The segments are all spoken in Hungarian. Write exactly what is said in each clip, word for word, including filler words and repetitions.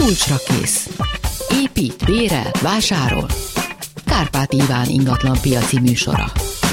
Kulcsra kész. Épít, bérel, vásárol. Kárpát Iván ingatlan piaci műsora.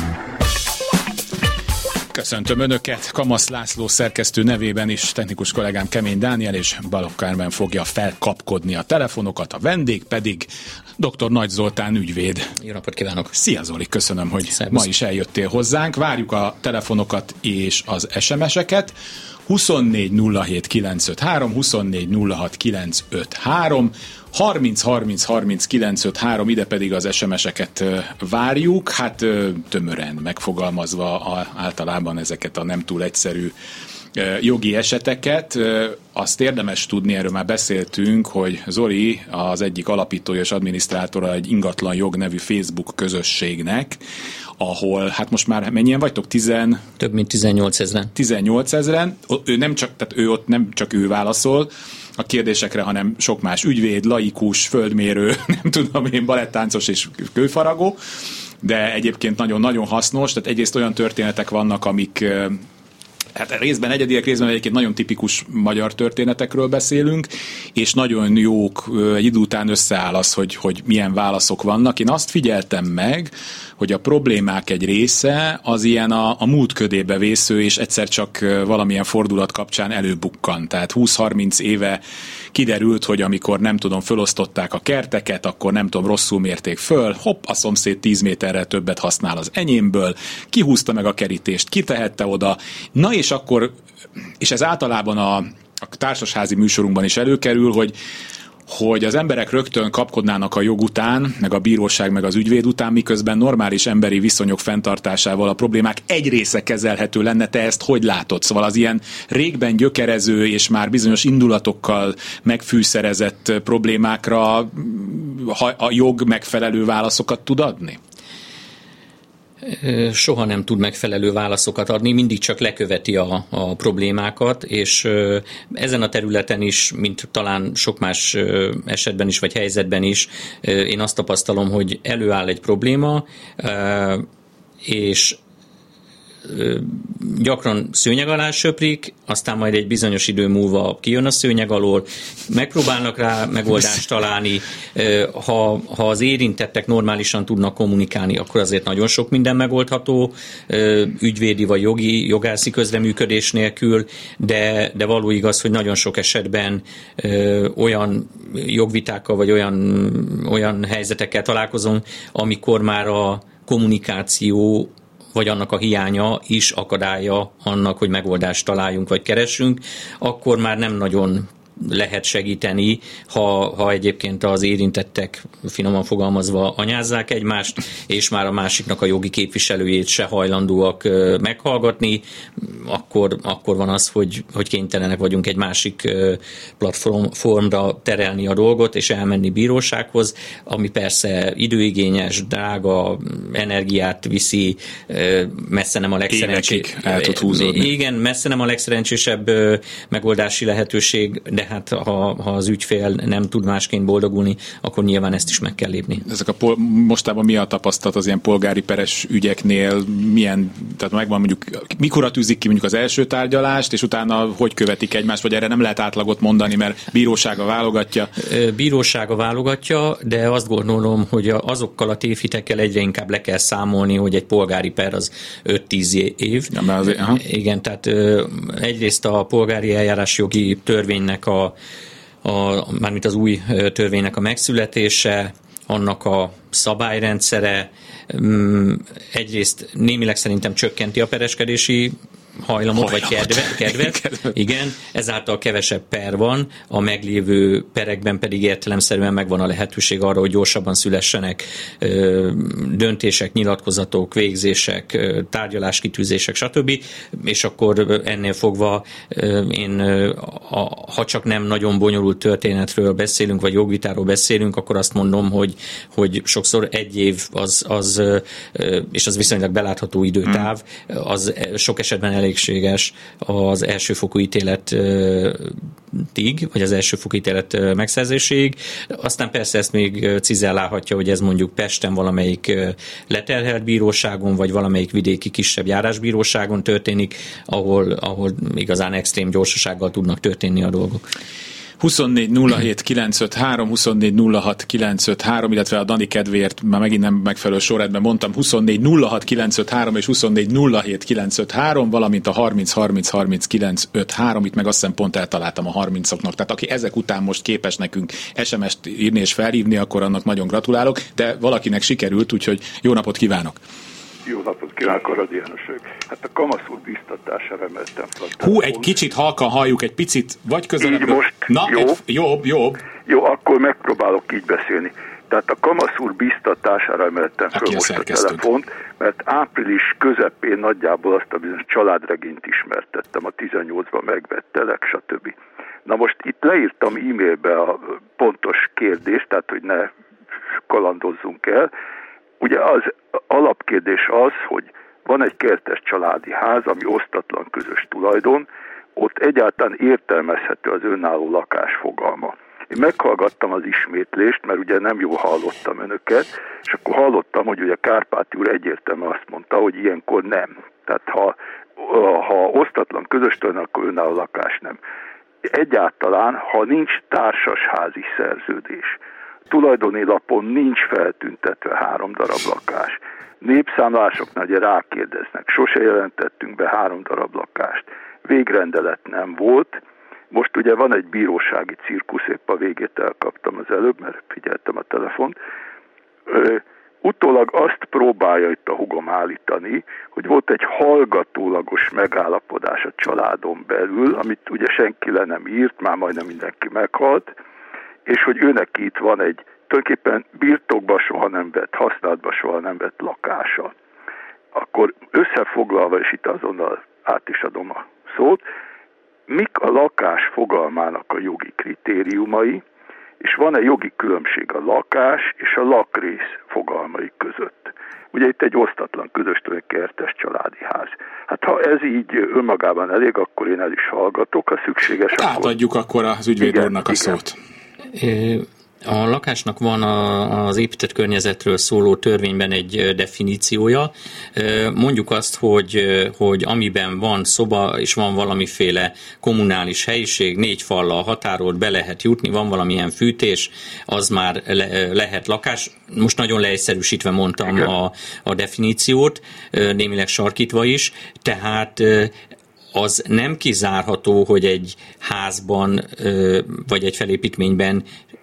Köszöntöm Önöket, Kamasz László szerkesztő nevében is, technikus kollégám Kemény Dániel és Balogh Kármen fogja felkapkodni a telefonokat, a vendég pedig dr. Nagy Zoltán ügyvéd. Jó napot kívánok! Szia Zoli, köszönöm, hogy Szervusz. Ma is eljöttél hozzánk. Várjuk a telefonokat és az es em es-eket. huszonnégy nulla hét kilencszázötvenhárom, huszonnégy nulla hat kilencszázötvenhárom, harminc harminc harminc kilencszázötvenhárom, ide pedig az es em es-eket várjuk, hát tömören megfogalmazva általában ezeket a nem túl egyszerű jogi eseteket. Azt érdemes tudni, erről már beszéltünk, hogy Zoli az egyik alapítója és adminisztrátora egy ingatlan jog nevű Facebook közösségnek, ahol, hát most már mennyien vagytok? Tizen... Több mint tizennyolc ezren. tizennyolc ezren. Ő nem csak, tehát ő ott nem csak ő válaszol a kérdésekre, hanem sok más ügyvéd, laikus, földmérő, nem tudom én, balettáncos és kőfaragó, de egyébként nagyon-nagyon hasznos, tehát egyrészt olyan történetek vannak, amik hát részben egyediek, részben egyébként nagyon tipikus magyar történetekről beszélünk, és nagyon jók, egy idő után összeáll az, hogy, hogy milyen válaszok vannak. Én azt figyeltem meg, hogy a problémák egy része az ilyen a, a múlt ködébe vésző, és egyszer csak valamilyen fordulat kapcsán előbukkan. Tehát húsz-harminc éve kiderült, hogy amikor nem tudom, fölosztották a kerteket, akkor nem tudom, rosszul mérték föl, hopp, a szomszéd tíz méterrel többet használ az enyémből, kihúzta meg a kerítést, kitehette oda, na és akkor, és ez általában a, a társasházi műsorunkban is előkerül, hogy hogy az emberek rögtön kapkodnának a jog után, meg a bíróság, meg az ügyvéd után, miközben normális emberi viszonyok fenntartásával a problémák egy része kezelhető lenne. Te ezt hogy látod? Szóval az ilyen régben gyökerező és már bizonyos indulatokkal megfűszerezett problémákra a jog megfelelő válaszokat tud adni? Soha nem tud megfelelő válaszokat adni, mindig csak leköveti a, a problémákat, és ezen a területen is, mint talán sok más esetben is, vagy helyzetben is, én azt tapasztalom, hogy előáll egy probléma, és gyakran szőnyeg alá söprik, aztán majd egy bizonyos idő múlva kijön a szőnyeg alól, megpróbálnak rá megoldást találni. Ha, ha az érintettek normálisan tudnak kommunikálni, akkor azért nagyon sok minden megoldható, ügyvédi vagy jogi, jogászi közreműködés nélkül, de, de való igaz, hogy nagyon sok esetben olyan jogvitákkal vagy olyan, olyan helyzetekkel találkozunk, amikor már a kommunikáció vagy annak a hiánya is akadálya annak, hogy megoldást találjunk, vagy keressünk, akkor már nem nagyon lehet segíteni, ha, ha egyébként az érintettek finoman fogalmazva anyázzák egymást, és már a másiknak a jogi képviselőjét se hajlandóak meghallgatni, akkor, akkor van az, hogy, hogy kénytelenek vagyunk egy másik platformra terelni a dolgot, és elmenni bírósághoz, ami persze időigényes, drága, energiát viszi, messze nem a legszerencsésebb. Igen, messze nem a legszerencsésebb megoldási lehetőség, de hát ha, ha az ügyfél nem tud másként boldogulni, akkor nyilván ezt is meg kell lépni. Ezek a pol- mostában mi a tapasztalat az ilyen polgári peres ügyeknél? Milyen, tehát megvan mondjuk, mikor tűzik ki mondjuk az első tárgyalást, és utána hogy követik egymást, vagy erre nem lehet átlagot mondani, mert bírósága válogatja? Bírósága válogatja, de azt gondolom, hogy azokkal a tévhitekkel egyre inkább le kell számolni, hogy egy polgári per az öt-tíz év. Ja, azért, igen, tehát egyrészt a polgári eljárásjogi törvénynek a A, a, mármint az új törvénynek a megszületése, annak a szabályrendszere, egyrészt némileg szerintem csökkenti a pereskedési hajlamot, hajlamot, vagy kedve, kedvet. Igen, ezáltal kevesebb per van, a meglévő perekben pedig értelemszerűen megvan a lehetőség arra, hogy gyorsabban szülessenek ö, döntések, nyilatkozatok, végzések, ö, tárgyaláskitűzések, stb. És akkor ennél fogva ö, én, ö, a, ha csak nem nagyon bonyolult történetről beszélünk, vagy jogvitáról beszélünk, akkor azt mondom, hogy, hogy sokszor egy év az, az ö, és az viszonylag belátható időtáv, az sok esetben el elégséges az elsőfokú ítéletig, vagy az elsőfokú ítélet megszerzéséig. Aztán persze ezt még cizellálhatja, hogy ez mondjuk Pesten valamelyik leterhelt bíróságon, vagy valamelyik vidéki kisebb járásbíróságon történik, ahol, ahol igazán extrém gyorsasággal tudnak történni a dolgok. huszonnégy nulla hét kilenc öt három, huszonnégy nulla hat kilenc öt három, illetve a Dani kedvéért már megint nem megfelelő sorrendben mondtam, huszonnégy nulla hat kilenc öt három és huszonnégy nulla hét kilenc öt három, valamint a harminc harminc harminc kilenc öt három, itt meg azt hiszem pont eltaláltam a harmincoknak. Tehát aki ezek után most képes nekünk es em es-t írni és felhívni, akkor annak nagyon gratulálok, de valakinek sikerült, úgyhogy jó napot kívánok! Jó napot kívánok, Aradi Jánosok. Hát a kamaszúr biztatására emeltem fel. Hú, egy kicsit halkan halljuk, egy picit, vagy közelebb. Így most Na, jobb? Egy, jobb, jobb. Jó, akkor megpróbálok így beszélni. Tehát a kamaszúr biztatására emeltem fel most a telefont, mert április közepén nagyjából azt a bizonyos családregényt ismertettem, a tizennyolcban megvettelek, stb. Na most itt leírtam e-mailbe a pontos kérdést, tehát hogy ne kalandozzunk el. Ugye az alapkérdés az, hogy van egy kertes családi ház, ami osztatlan közös tulajdon, ott egyáltalán értelmezhető az önálló lakás fogalma. Én meghallgattam az ismétlést, mert ugye nem jól hallottam önöket, és akkor hallottam, hogy ugye Kárpáti úr egyértelműen azt mondta, hogy ilyenkor nem. Tehát ha, ha osztatlan közös tulajdon, akkor önálló lakás nem. Egyáltalán, ha nincs társasházi szerződés, tulajdoni lapon nincs feltüntetve három darab lakás. Népszámlásoknál ugye rákérdeznek, sose jelentettünk be három darab lakást. Végrendelet nem volt. Most ugye van egy bírósági cirkusz, épp a végét elkaptam az előbb, mert figyeltem a telefont. Ö, utólag azt próbálja itt a hugom állítani, hogy volt egy hallgatólagos megállapodás a családon belül, amit ugye senki le nem írt, már majdnem mindenki meghalt, és hogy őnek itt van egy tulajdonképpen birtokba soha nem vett, használatba soha nem vett lakása. Akkor összefoglalva, és itt azonnal át is adom a szót, mik a lakás fogalmának a jogi kritériumai, és van-e jogi különbség a lakás és a lakrész fogalmai között. Ugye itt egy osztatlan közös kertes családi ház. Hát ha ez így önmagában elég, akkor én el is hallgatok, ha szükséges. Átadjuk akkor, akkor az ügyvéd úrnak a szót. A lakásnak van a, az épített környezetről szóló törvényben egy definíciója. Mondjuk azt, hogy, hogy amiben van szoba, és van valamiféle kommunális helyiség, négy fallal határolt, be lehet jutni, van valamilyen fűtés, az már le, lehet lakás. Most nagyon leegyszerűsítve mondtam a, a definíciót, némileg sarkítva is, tehát az nem kizárható, hogy egy házban vagy egy felépítményben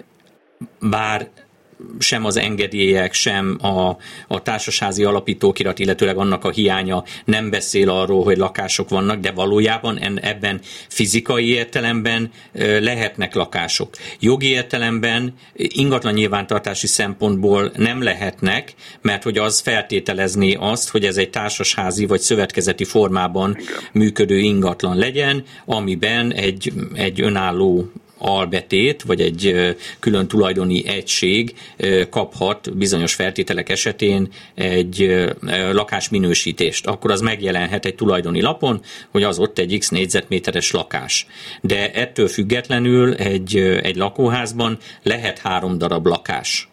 bár sem az engedélyek, sem a, a társasházi alapítókirat, illetőleg annak a hiánya nem beszél arról, hogy lakások vannak, de valójában ebben fizikai értelemben lehetnek lakások. Jogi értelemben ingatlan nyilvántartási szempontból nem lehetnek, mert hogy az feltételezné azt, hogy ez egy társasházi vagy szövetkezeti formában működő ingatlan legyen, amiben egy, egy önálló albetét, vagy egy külön tulajdoni egység kaphat bizonyos feltételek esetén egy lakásminősítést. Akkor az megjelenhet egy tulajdoni lapon, hogy az ott egy x négyzetméteres lakás. De ettől függetlenül egy, egy lakóházban lehet három darab lakás.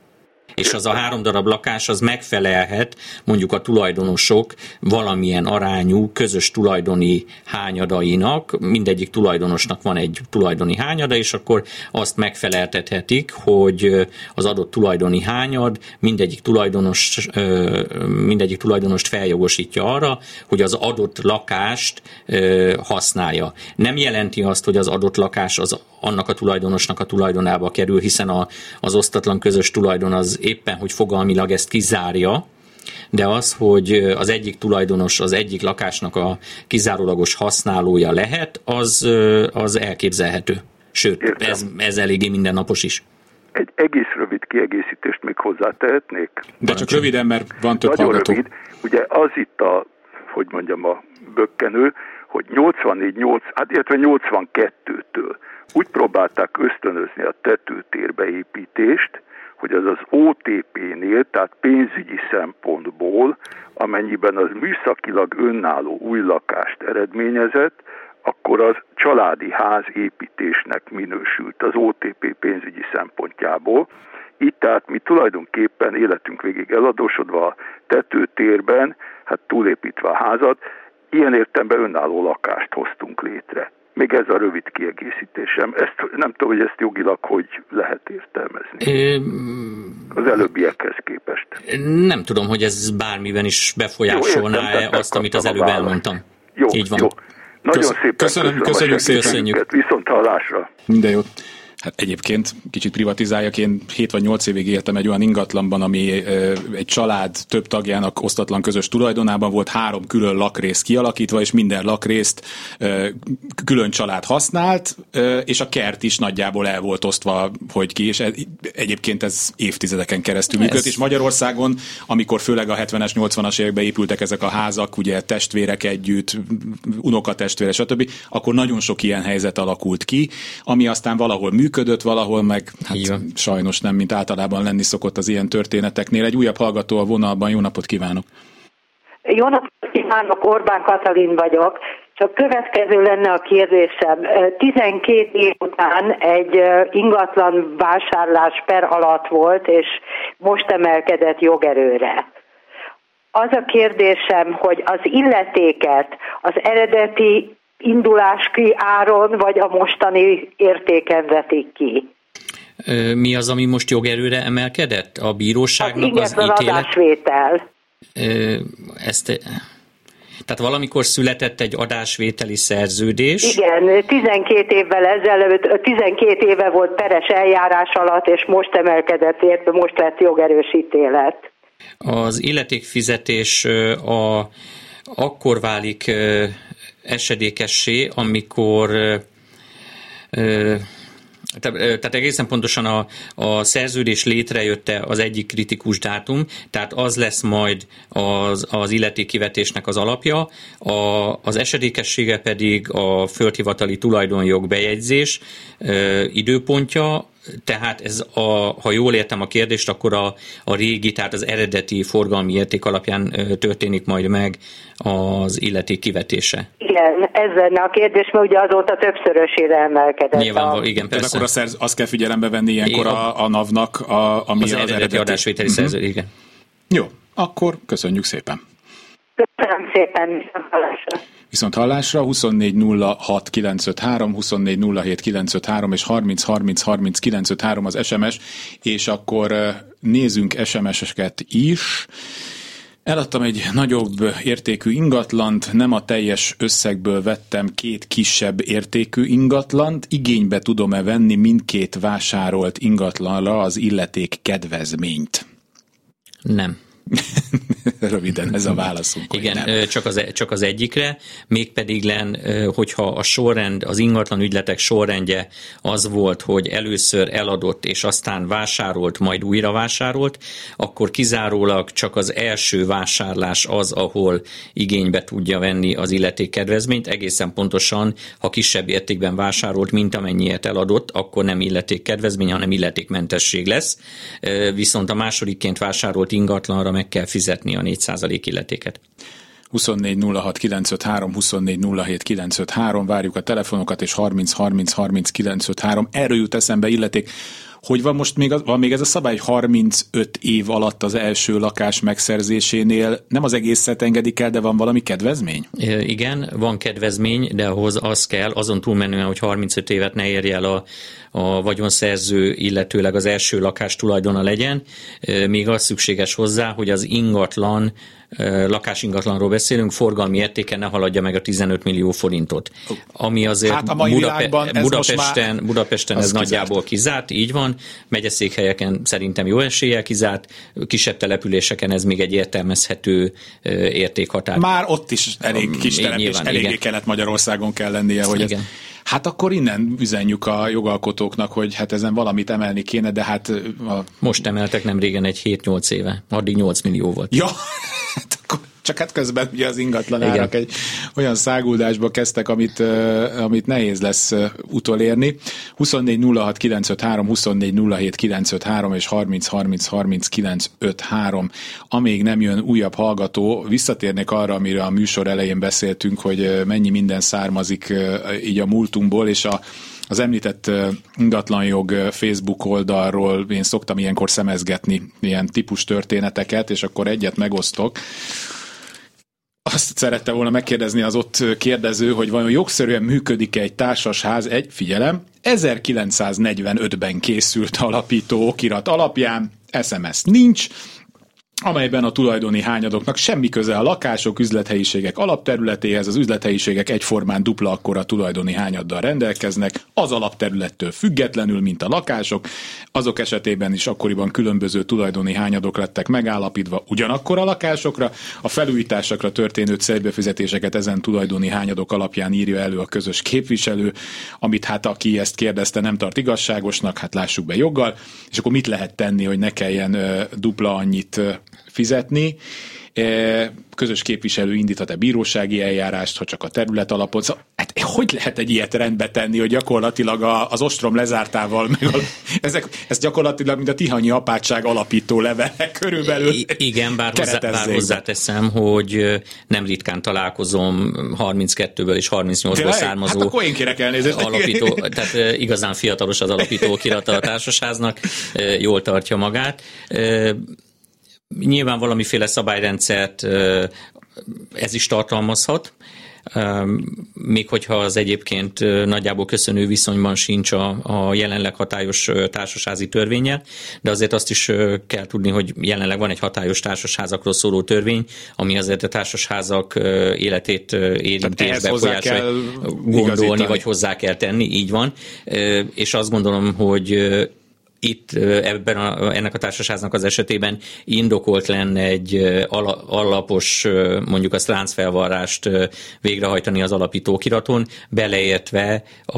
És az a három darab lakás az megfelelhet mondjuk a tulajdonosok valamilyen arányú közös tulajdoni hányadainak, mindegyik tulajdonosnak van egy tulajdoni hányada, és akkor azt megfeleltethetik, hogy az adott tulajdoni hányad mindegyik, tulajdonos, mindegyik tulajdonost feljogosítja arra, hogy az adott lakást használja. Nem jelenti azt, hogy az adott lakás az annak a tulajdonosnak a tulajdonába kerül, hiszen a, az osztatlan közös tulajdon az éppen, hogy fogalmilag ezt kizárja, de az, hogy az egyik tulajdonos az egyik lakásnak a kizárólagos használója lehet, az, az elképzelhető. Sőt, ez, ez eléggé mindennapos is. Egy egész rövid kiegészítést még hozzátehetnék? De csak röviden, mert van több Nagyon hallgató. Rövid. Ugye az itt a, hogy mondjam, a bökkenő, hogy nyolcvannégy nyolc, hát illetve nyolcvankettőtől úgy próbálták ösztönözni a tetőtérbeépítést, hogy az az o té pé-nél, tehát pénzügyi szempontból, amennyiben az műszakilag önálló új lakást eredményezett, akkor az családi ház építésnek minősült az o té pé pénzügyi szempontjából. Itt tehát mi tulajdonképpen életünk végig eladósodva a tetőtérben, hát túlépítve a házat, ilyen értelemben önálló lakást hoztunk létre. Még ez a rövid kiegészítésem. Ezt, nem tudom, hogy ezt jogilag hogy lehet értelmezni. Ö... Az előbbiekhez képest. Nem tudom, hogy ez bármiben is befolyásolná-e azt, amit az előbb elmondtam. Jó, így van. Jó. Nagyon Köszönöm, szépen köszönöm, köszönjük szépen. Viszont hallásra. Minden jót. Hát egyébként kicsit privatizáljak, én hét vagy nyolc évig éltem egy olyan ingatlanban, ami egy család több tagjának osztatlan közös tulajdonában volt, három külön lakrész kialakítva, és minden lakrészt külön család használt, és a kert is nagyjából el volt osztva, hogy ki, és egyébként ez évtizedeken keresztül működött, és Magyarországon, amikor főleg a hetvenes, nyolcvanas években épültek ezek a házak, ugye testvérek együtt, unokatestvére, stb., akkor nagyon sok ilyen helyzet alakult ki, ami aztán valahol működött, működött valahol, meg hát sajnos nem, mint általában lenni szokott az ilyen történeteknél. Egy újabb hallgató a vonalban, jó napot kívánok! Jó napot kívánok, Orbán Katalin vagyok. Csak következő lenne a kérdésem. tizenkét év után egy ingatlan vásárlás per alatt volt, és most emelkedett jogerőre. Az a kérdésem, hogy az illetéket az eredeti indulási áron, vagy a mostani értéken vetik ki. Mi az, ami most jogerőre emelkedett? A bíróságnak az, az ítélet? Adásvétel. Ezt, tehát valamikor született egy adásvételi szerződés. Igen, tizenkét évvel ezelőtt, tizenkét éve volt peres eljárás alatt, és most emelkedett, érte, most lett jogerős ítélet. Az illetékfizetés a, akkor válik esedékessé, amikor tehát egészen pontosan a, a szerződés létrejötte az egyik kritikus dátum, tehát az lesz majd az, az illetékkivetésnek az alapja, a, az esedékessége pedig a földhivatali tulajdonjog bejegyzés ö, időpontja, tehát ez a, ha jól értem a kérdést, akkor a, a régi, tehát az eredeti forgalmi érték alapján ö, történik majd meg az illeték kivetése. Igen, ez lenne a kérdés, mert ugye azóta többszörösére emelkedett. Nyilvánvaló, igen, persze. Tehát akkor a szerz, azt kell figyelembe venni ilyenkor a, a NAV-nak, a, ami az, az eredeti, eredeti adásvételi uh-huh. szerződés, igen. Jó, akkor köszönjük szépen. Köszönöm szépen, viszont hallásra. Viszont hallásra huszonnégy nulla hat kilencszázötvenhárom, huszonnégy nulla hét kilencszázötvenhárom és harminc harminc harminc kilencszázötvenhárom az es em es, és akkor nézzünk es em es-eket is. Eladtam egy nagyobb értékű ingatlant, nem a teljes összegből vettem két kisebb értékű ingatlant, igénybe tudom-e venni mindkét vásárolt ingatlanra az illeték kedvezményt? Nem. Röviden ez a válaszunk. Igen, csak az, csak az egyikre, mégpedig len, hogyha a sorrend, az ingatlan ügyletek sorrendje az volt, hogy először eladott, és aztán vásárolt, majd újra vásárolt, akkor kizárólag csak az első vásárlás az, ahol igénybe tudja venni az illetékkedvezményt. Egészen pontosan, ha kisebb értékben vásárolt, mint amennyiért eladott, akkor nem illetékkedvezmény, hanem illetékmentesség lesz. Viszont a másodikként vásárolt ingatlanra meg kell fizetni a négy százalék illetéket. huszonnégy nulla hat kilencszázötvenhárom, huszonnégy nulla hét kilencszázötvenhárom, várjuk a telefonokat, és harminc harminc harminc kilencszázötvenhárom. Erről jut eszembe illeték. Hogy van most még, van még ez a szabály, harmincöt év alatt az első lakás megszerzésénél nem az egészet engedik el, de van valami kedvezmény? Igen, van kedvezmény, de ahhoz az kell, azon túlmenően, hogy harmincöt évet ne érje el a, a vagyonszerző, illetőleg az első lakás tulajdona legyen. Még az szükséges hozzá, hogy az ingatlan, lakásingatlanról beszélünk, forgalmi értéke ne haladja meg a tizenöt millió forintot. Ami azért hát a mai Budape- ez Budapesten, már... Budapesten ez kizárt. Nagyjából kizárt, így van. Megyeszékhelyeken szerintem jó eséllyel kizárt, kisebb településeken ez még egy értelmezhető értékhatár. Már ott is elég kis település, eléggé Kelet-Magyarországon kell lennie, hogy ez... Hát akkor innen üzenjük a jogalkotóknak, hogy hát ezen valamit emelni kéne, de hát... A... Most emeltek nem régen egy hét-nyolc éve, addig nyolc millió volt. Ja, hát akkor csak hát közben ugye az ingatlan árak egy olyan száguldásba kezdtek, amit, uh, amit nehéz lesz uh, utolérni. huszonnégy nulla hat kilencszázötvenhárom, huszonnégy nulla hét kilencszázötvenhárom és harminc harminc harminc kilencszázötvenhárom. Amíg nem jön újabb hallgató, visszatérnék arra, amire a műsor elején beszéltünk, hogy uh, mennyi minden származik uh, így a múltunkból, és a az említett uh, ingatlanjog uh, Facebook oldalról én szoktam ilyenkor szemezgetni ilyen típus történeteket, és akkor egyet megosztok. Azt szerette volna megkérdezni az ott kérdező, hogy vajon jogszerűen működik-e egy társasház egy, figyelem, ezerkilencszáznegyvenötben készült alapító okirat alapján, es em es nincs, amelyben a tulajdoni hányadoknak semmi köze a lakások, üzlethelyiségek alapterületéhez, az üzlethelyiségek egyformán dupla akkora tulajdoni hányaddal rendelkeznek, az alapterülettől függetlenül, mint a lakások, azok esetében is akkoriban különböző tulajdoni hányadok lettek megállapítva ugyanakkor a lakásokra, a felújításokra történő célbefizetéseket ezen tulajdoni hányadok alapján írja elő a közös képviselő, amit hát aki ezt kérdezte nem tart igazságosnak, hát lássuk be joggal, és akkor mit lehet tenni, hogy ne kelljen uh, dupla annyit uh, fizetni. Közös képviselő indíthat-e bírósági eljárást, ha csak a terület alapot. Szóval, hát hogy lehet egy ilyet rendbe tenni, hogy gyakorlatilag a, az ostrom lezártával, meg a, ezek, ez gyakorlatilag mint a tihanyi apátság alapító levele körülbelül. I- igen, bár, hozzá, bár hozzáteszem, hogy nem ritkán találkozom harminckettőből és harmincnyolcból származó hát akkor én kérek elnézést. Alapító, tehát igazán fiatalos az alapító okirata a társasháznak, jól tartja magát. Nyilván valamiféle szabályrendszert ez is tartalmazhat, még hogyha az egyébként nagyjából köszönő viszonyban sincs a, a jelenleg hatályos társasházi törvénnyel, de azért azt is kell tudni, hogy jelenleg van egy hatályos társasházakról szóló törvény, ami azért a társasházak életét érinti és befolyásolja gondolni, igazítani. Vagy hozzá kell tenni, így van. És azt gondolom, hogy itt ebben a, ennek a társasháznak az esetében indokolt lenne egy alapos, mondjuk a láncfelvarrást végrehajtani az alapító okiraton, beleértve a,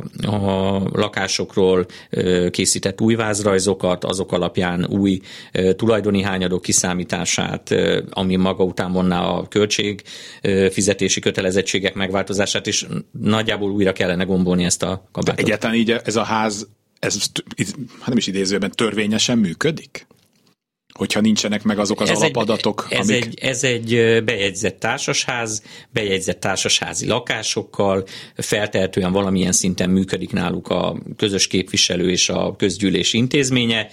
a lakásokról készített új vázrajzokat, azok alapján új tulajdoni hányadok kiszámítását, ami maga után vonná a költségfizetési kötelezettségek megváltozását, és nagyjából újra kellene gombolni ezt a kabátot. De egyáltalán így ez a ház ez hát nem is idézőben törvényesen működik? Hogyha nincsenek meg azok az ez alapadatok, egy, ez amik... Egy, ez egy bejegyzett társasház, bejegyzett társasházi lakásokkal, feltehetően valamilyen szinten működik náluk a közös képviselő és a közgyűlés intézménye.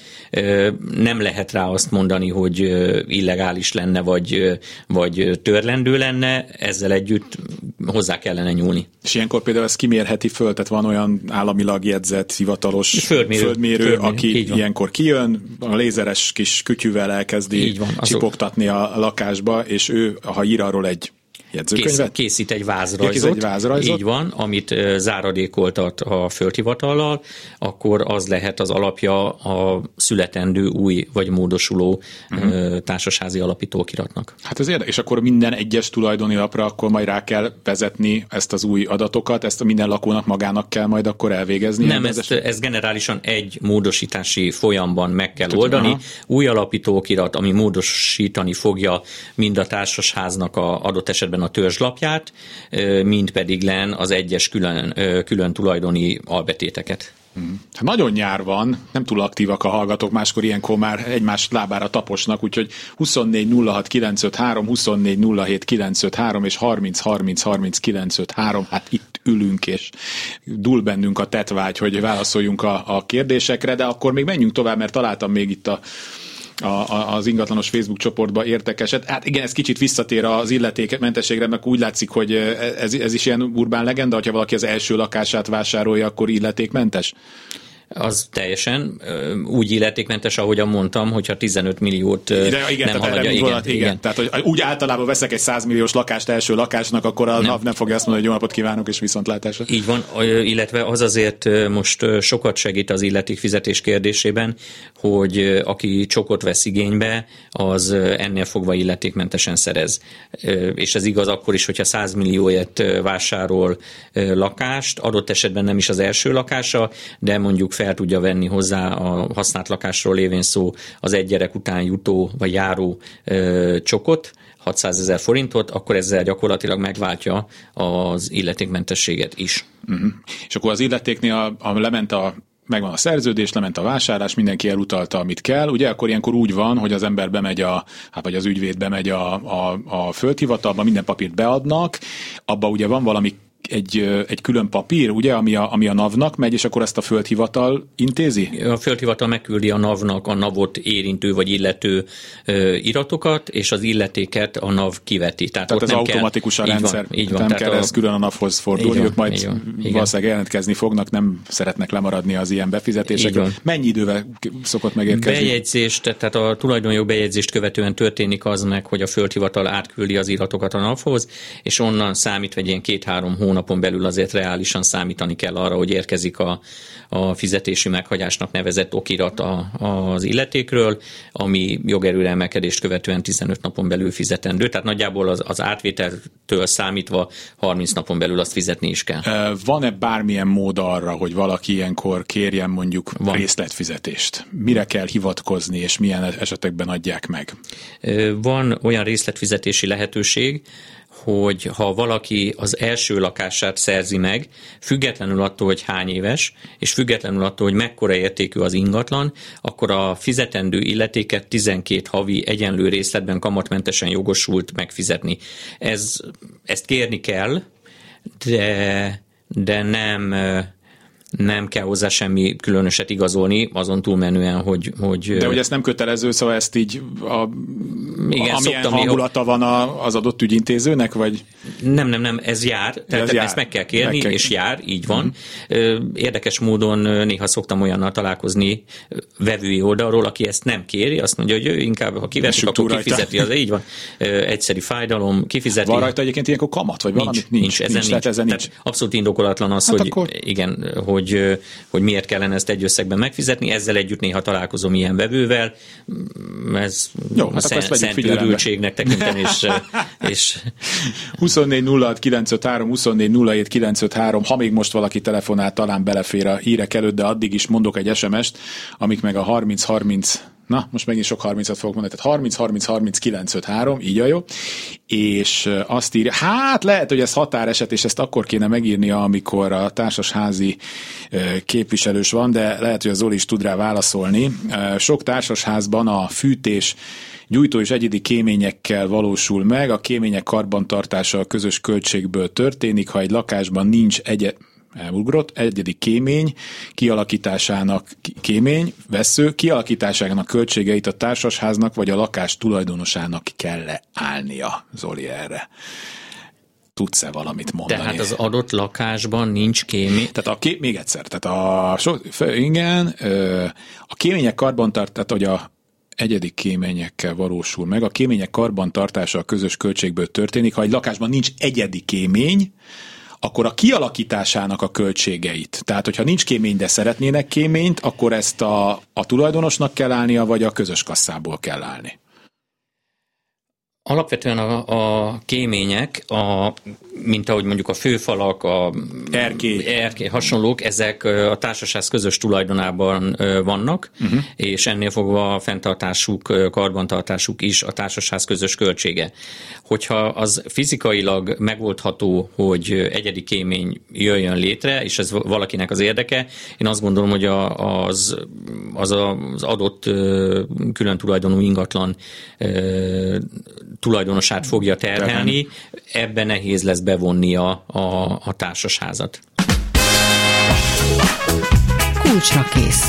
Nem lehet rá azt mondani, hogy illegális lenne, vagy, vagy törlendő lenne, ezzel együtt hozzá kellene nyúlni. És ilyenkor például ezt kimérheti föl, tehát van olyan államilag jegyzett, hivatalos földmérő, földmérő, földmérő aki ilyenkor kijön, a lézeres kis kütyűvel elkezdi van, csipogtatni a lakásba, és ő, ha ír arról egy jegyzőkönyvet? Készít egy vázrajzot, egy vázrajzot, így van, amit záradékoltat a földhivatallal, akkor az lehet az alapja a születendő új vagy módosuló uh-huh. társasházi alapítóokiratnak. Hát ez érdekes, és akkor minden egyes tulajdoni lapra akkor majd rá kell vezetni ezt az új adatokat, ezt a minden lakónak magának kell majd akkor elvégezni? Nem, ezt, ezt generálisan egy módosítási folyamban meg kell Tehát, oldani. Aha. Új alapítóokirat, ami módosítani fogja mind a társasháznak a adott esetben a törzslapját, mind pedig len az egyes külön, külön tulajdoni albetéteket. Hát nagyon nyár van, nem túl aktívak a hallgatók, máskor ilyenkor már egymás lábára taposnak, úgyhogy huszonnégy nulla hat kilencszázötvenhárom, huszonnégy nulla hét kilencszázötvenhárom és harminc harminc harminc kilencszázötvenhárom, hát itt ülünk és dúl bennünk a tetvágy, hogy válaszoljunk a, a kérdésekre, de akkor még menjünk tovább, mert találtam még itt a A, a, az ingatlanos Facebook csoportba értekeset. Hát igen, ez kicsit visszatér az illetékmentességre, mert úgy látszik, hogy ez, ez is ilyen urbán legenda, hogyha valaki az első lakását vásárolja, akkor illetékmentes? Az teljesen úgy illetékmentes, ahogyan mondtam, hogyha tizenöt milliót De igen, nem haladja. Igen, igen. igen. Tehát, hogy úgy általában veszek egy száz milliós lakást első lakásnak, akkor a nem. nap nem fogja azt mondani, hogy jó napot kívánok és viszontlátásra. Így van, illetve az azért most sokat segít az illetékfizetés kérdésében, hogy aki csokot vesz igénybe, az ennél fogva illetékmentesen szerez. És ez igaz akkor is, hogyha száz millióért vásárol lakást, adott esetben nem is az első lakása, de mondjuk fel tudja venni hozzá a használt lakásról lévén szó az egy gyerek után jutó vagy járó ö, csokot, hatszázezer forintot, akkor ezzel gyakorlatilag megváltja az illetékmentességet is. Uh-huh. És akkor az illetéknél a, a, lement a megvan a szerződés, lement a vásárlás, mindenki elutalta, amit kell. Ugye akkor ilyenkor úgy van, hogy az ember bemegy, a, hát vagy az ügyvéd bemegy a, a, a földhivatalba, minden papírt beadnak, abba ugye van valami egy, egy külön papír, ugye, ami a, ami a NAV-nak megy, és akkor ezt a földhivatal intézi? A földhivatal megküldi a NAV-nak a NAV-ot érintő vagy illető ö, iratokat, és az illetéket a NAV kiveti. Tehát, Tehát ott ez nem automatikus kell, a rendszer, így van, így van, nem kell a... ez külön a NAV-hoz fordulni, ők majd így van, valószínűleg jelentkezni fognak, nem szeretnek lemaradni az ilyen befizetésekről. Mennyi idővel szokott megérkezni? Bejegyzést, tehát a tulajdonjog bejegyzést követően történik az meg, hogy a földhivatal átküldi az iratokat a NAV-hoz, és onnan számítva egy ilyen két-három hónapon belül azért reálisan számítani kell arra, hogy érkezik a, a fizetési meghagyásnak nevezett okirat a, az illetékről, ami jogerőre emelkedést követően tizenöt napon belül fizetendő. Tehát nagyjából az, az átvételtől számítva harminc napon belül azt fizetni is kell. Van-e bármilyen mód arra, hogy valaki ilyenkor kérjen mondjuk Van. részletfizetést? Mire kell hivatkozni, és milyen esetekben adják meg? Van olyan részletfizetési lehetőség, hogy ha valaki az első lakását szerzi meg, függetlenül attól, hogy hány éves, és függetlenül attól, hogy mekkora értékű az ingatlan, akkor a fizetendő illetéket tizenkét havi egyenlő részletben kamatmentesen jogosult megfizetni. Ez, ezt kérni kell, de, de nem... nem kell hozzá semmi különöset igazolni, azon túlmenően, hogy... hogy De hogy ez nem kötelező, szóval ezt így a, igen, amilyen hangulata van a, az adott ügyintézőnek, vagy... Nem, nem, nem, ez jár, tehát ez jár. Ezt meg kell kérni, meg kell... és jár, így van. Mm. Érdekes módon néha szoktam olyannal találkozni vevői oldalról, aki ezt nem kéri, azt mondja, hogy ő inkább, ha kiveszik, akkor rajta. Kifizeti, az így van. Egyszeri fájdalom, kifizeti. Van rajta egyébként ilyenkor kamat, vagy valami? Nincs, nincs, ezen nincs. nincs. Ezen nincs. Abszolút indokolatlan az, hát hogy akkor... igen, hogy Hogy, hogy miért kellene ezt egy összegben megfizetni. Ezzel együtt néha találkozom ilyen vevővel. Ez jó, a hát szent, szent őrültségnek tekintem, és, és... huszonnégy nulla hat kilencszázötvenhárom, huszonnégy nulla hét kilencszázötvenhárom, ha még most valaki telefonál, talán belefér a hírek előtt, de addig is mondok egy es em est, amik meg a harminc harminc na, most megint sok harmincat fogok mondani, tehát harminc harminc harminc kilencszázötvenhárom, így a jó, és azt írja, hát lehet, hogy ez határeset, és ezt akkor kéne megírnia, amikor a társasházi képviselős van, de lehet, hogy az Zoli is tud rá válaszolni. Sok társasházban a fűtés gyújtó és egyedi kéményekkel valósul meg, a kémények karbantartása a közös költségből történik, ha egy lakásban nincs egy elugrott, egyedi kémény, kialakításának kémény, vessző, kialakításának költségeit a társasháznak vagy a lakás tulajdonosának kell állnia, Zoli, erre. Tudsz-e valamit mondani? Tehát az adott lakásban nincs kémény? Tehát a ké... még egyszer, tehát a so... igen, a kémények karbantartása, tehát hogy a egyedi kéményekkel valósul meg, a kémények karbantartása a közös költségből történik, ha egy lakásban nincs egyedi kémény, akkor a kialakításának a költségeit. Tehát, hogyha nincs kémény, de szeretnének kéményt, akkor ezt a, a tulajdonosnak kell állnia, vagy a közös kasszából kell állni? Alapvetően a, a kémények, a, mint ahogy mondjuk a főfalak, a erkély. erkély hasonlók, ezek a társaság közös tulajdonában vannak, uh-huh. és ennél fogva a fenntartásuk, karbantartásuk is a társaság közös költsége. Hogyha az fizikailag megoldható, hogy egyedi kémény jöjjön létre, és ez valakinek az érdeke, én azt gondolom, hogy a, az, az az adott külön tulajdonú ingatlan tulajdonosát fogja terhelni, ebben nehéz lesz bevonnia a, a társasházat. Kulcsra kész.